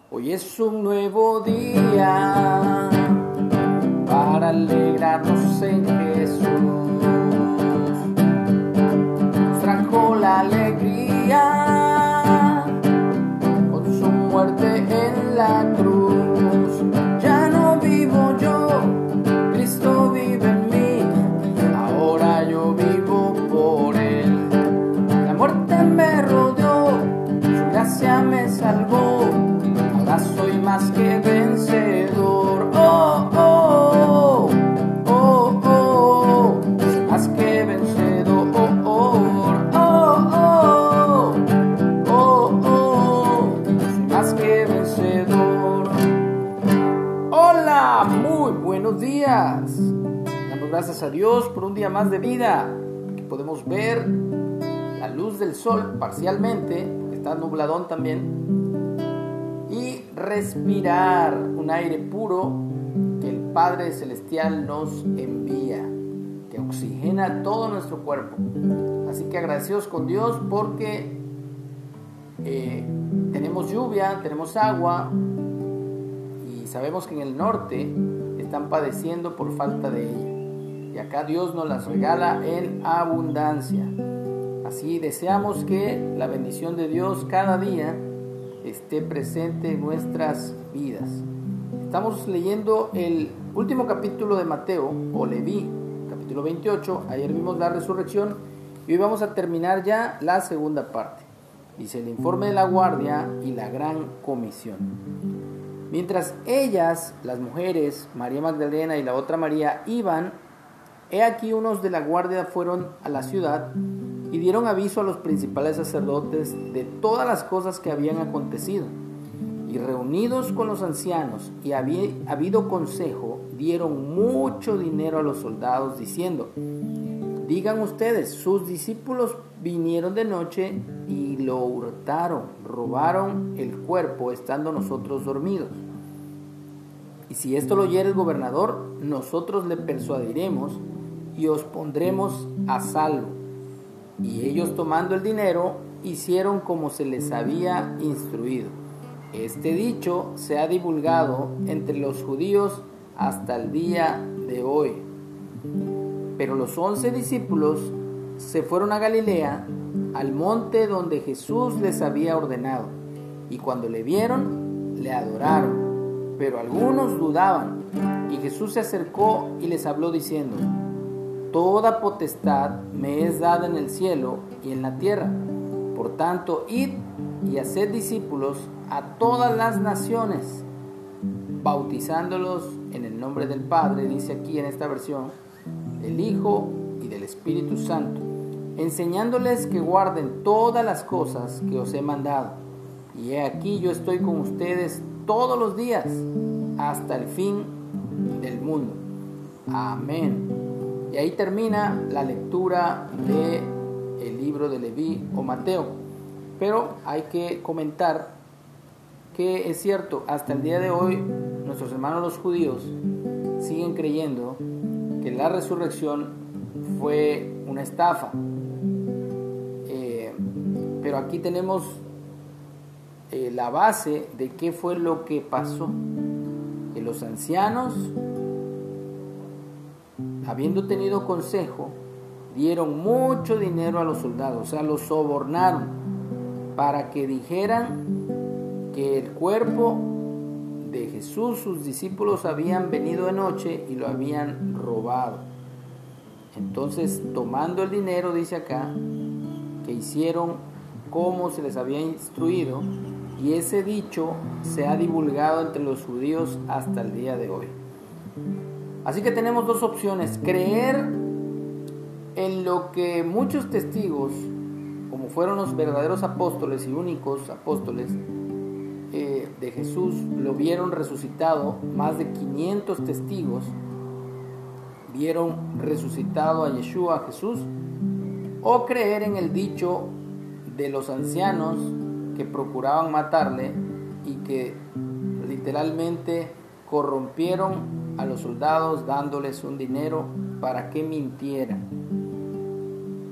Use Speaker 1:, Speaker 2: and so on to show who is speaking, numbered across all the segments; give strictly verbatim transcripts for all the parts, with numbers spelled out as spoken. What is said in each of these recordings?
Speaker 1: Hoy es un nuevo día para alegrarnos en Jesús. Nos trajo la alegría con su muerte en la cruz. Ya no vivo yo, Cristo vive en mí. Ahora yo vivo por Él. La muerte me rodeó, su gracia me salvó. Ahora soy más que vencedor. Oh, oh, oh, oh, soy más que vencedor. Oh, oh, oh, oh, oh, soy más que vencedor. Hola, muy buenos días. Damos gracias a Dios por un día más de vida, que podemos ver la luz del sol parcialmente, porque está nubladón también, y respirar un aire puro que el Padre Celestial nos envía, que oxigena todo nuestro cuerpo. Así que agradecidos con Dios porque eh, tenemos lluvia, tenemos agua, y sabemos que en el norte están padeciendo por falta de ella, y acá Dios nos las regala en abundancia. Así deseamos que la bendición de Dios cada día esté presente en nuestras vidas. Estamos leyendo el último capítulo de Mateo, o Leví, capítulo veintiocho. Ayer vimos la resurrección y hoy vamos a terminar ya la segunda parte. Dice el informe de la guardia y la gran comisión. Mientras ellas, las mujeres, María Magdalena y la otra María, iban, he aquí unos de la guardia fueron a la ciudad y dieron aviso a los principales sacerdotes de todas las cosas que habían acontecido. Y reunidos con los ancianos y había habido consejo, dieron mucho dinero a los soldados, diciendo: digan ustedes, sus discípulos vinieron de noche y lo hurtaron, robaron el cuerpo estando nosotros dormidos. Y si esto lo oyere el gobernador, nosotros le persuadiremos y os pondremos a salvo. Y ellos, tomando el dinero, hicieron como se les había instruido. Este dicho se ha divulgado entre los judíos hasta el día de hoy. Pero los once discípulos se fueron a Galilea, al monte donde Jesús les había ordenado. Y cuando le vieron, le adoraron. Pero algunos dudaban. Y Jesús se acercó y les habló diciendo: toda potestad me es dada en el cielo y en la tierra. Por tanto, id y haced discípulos a todas las naciones, bautizándolos en el nombre del Padre, dice aquí en esta versión, del Hijo y del Espíritu Santo, enseñándoles que guarden todas las cosas que os he mandado. Y he aquí yo estoy con ustedes todos los días, hasta el fin del mundo. Amén. Y ahí termina la lectura del libro de Leví o Mateo. Pero hay que comentar que es cierto, hasta el día de hoy nuestros hermanos los judíos siguen creyendo que la resurrección fue una estafa. Eh, pero aquí tenemos eh, la base de qué fue lo que pasó. Que los ancianos, habiendo tenido consejo, dieron mucho dinero a los soldados, o sea, los sobornaron para que dijeran que el cuerpo de Jesús, sus discípulos, habían venido de noche y lo habían robado. Entonces, tomando el dinero, dice acá, que hicieron como se les había instruido, y ese dicho se ha divulgado entre los judíos hasta el día de hoy. Así que tenemos dos opciones: creer en lo que muchos testigos, como fueron los verdaderos apóstoles y únicos apóstoles eh, de Jesús, lo vieron resucitado. Más de quinientos testigos vieron resucitado a Yeshua, a Jesús. O creer en el dicho de los ancianos que procuraban matarle y que literalmente corrompieron a los soldados dándoles un dinero para que mintieran.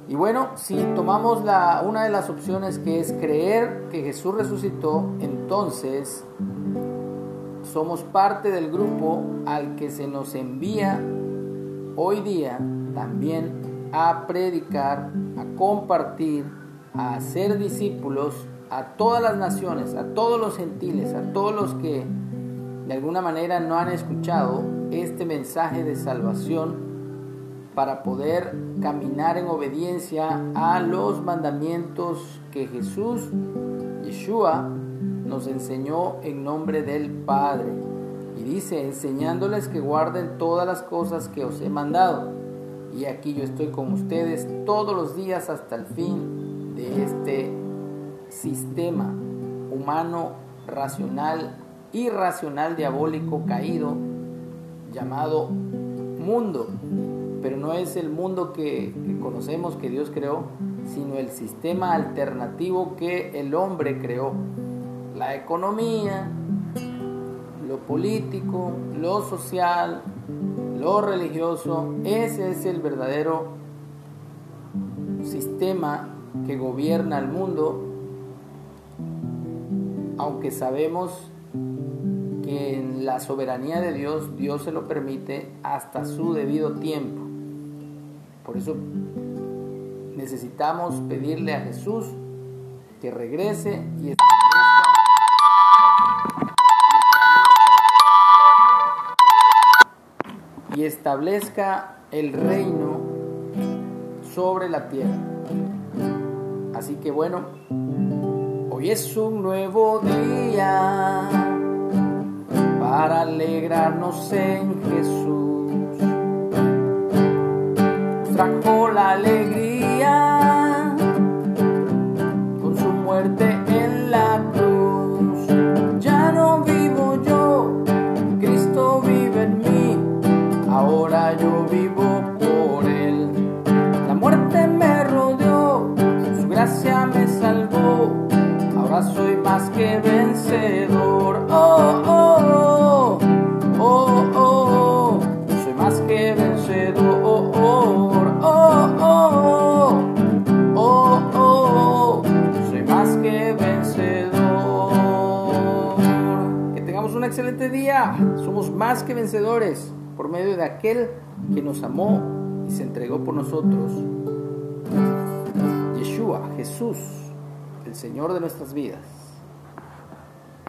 Speaker 1: Y bueno, si tomamos la, una de las opciones, que es creer que Jesús resucitó, entonces somos parte del grupo al que se nos envía hoy día también a predicar, a compartir, a hacer discípulos a todas las naciones, a todos los gentiles, a todos los que de alguna manera no han escuchado este mensaje de salvación, para poder caminar en obediencia a los mandamientos que Jesús, Yeshua, nos enseñó en nombre del Padre. Y dice, enseñándoles que guarden todas las cosas que os he mandado. Y aquí yo estoy con ustedes todos los días hasta el fin de este sistema humano, racional, irracional, diabólico, caído, llamado mundo. Pero no es el mundo que, que conocemos, que Dios creó, sino el sistema alternativo que el hombre creó. La economía, lo político, lo social, lo religioso, ese es el verdadero sistema que gobierna el mundo, aunque sabemos que en la soberanía de Dios, Dios se lo permite hasta su debido tiempo. Por eso necesitamos pedirle a Jesús que regrese y establezca, y establezca el reino sobre la tierra. Así que bueno, hoy es un nuevo día para alegrarnos en Jesús. Trajo la alegría con su muerte en la cruz. Ya no vivo yo, Cristo vive en mí, ahora yo vivo por Él. La muerte me rodeó, su gracia me salvó, ahora soy más que vencedor. Oh, oh, oh, oh, oh, soy más que vencedor. Oh, oh. Oh, oh, oh, oh, soy más que vencedor. Que tengamos un excelente día. Somos más que vencedores por medio de aquel que nos amó y se entregó por nosotros. Yeshua, Jesús, el Señor de nuestras vidas.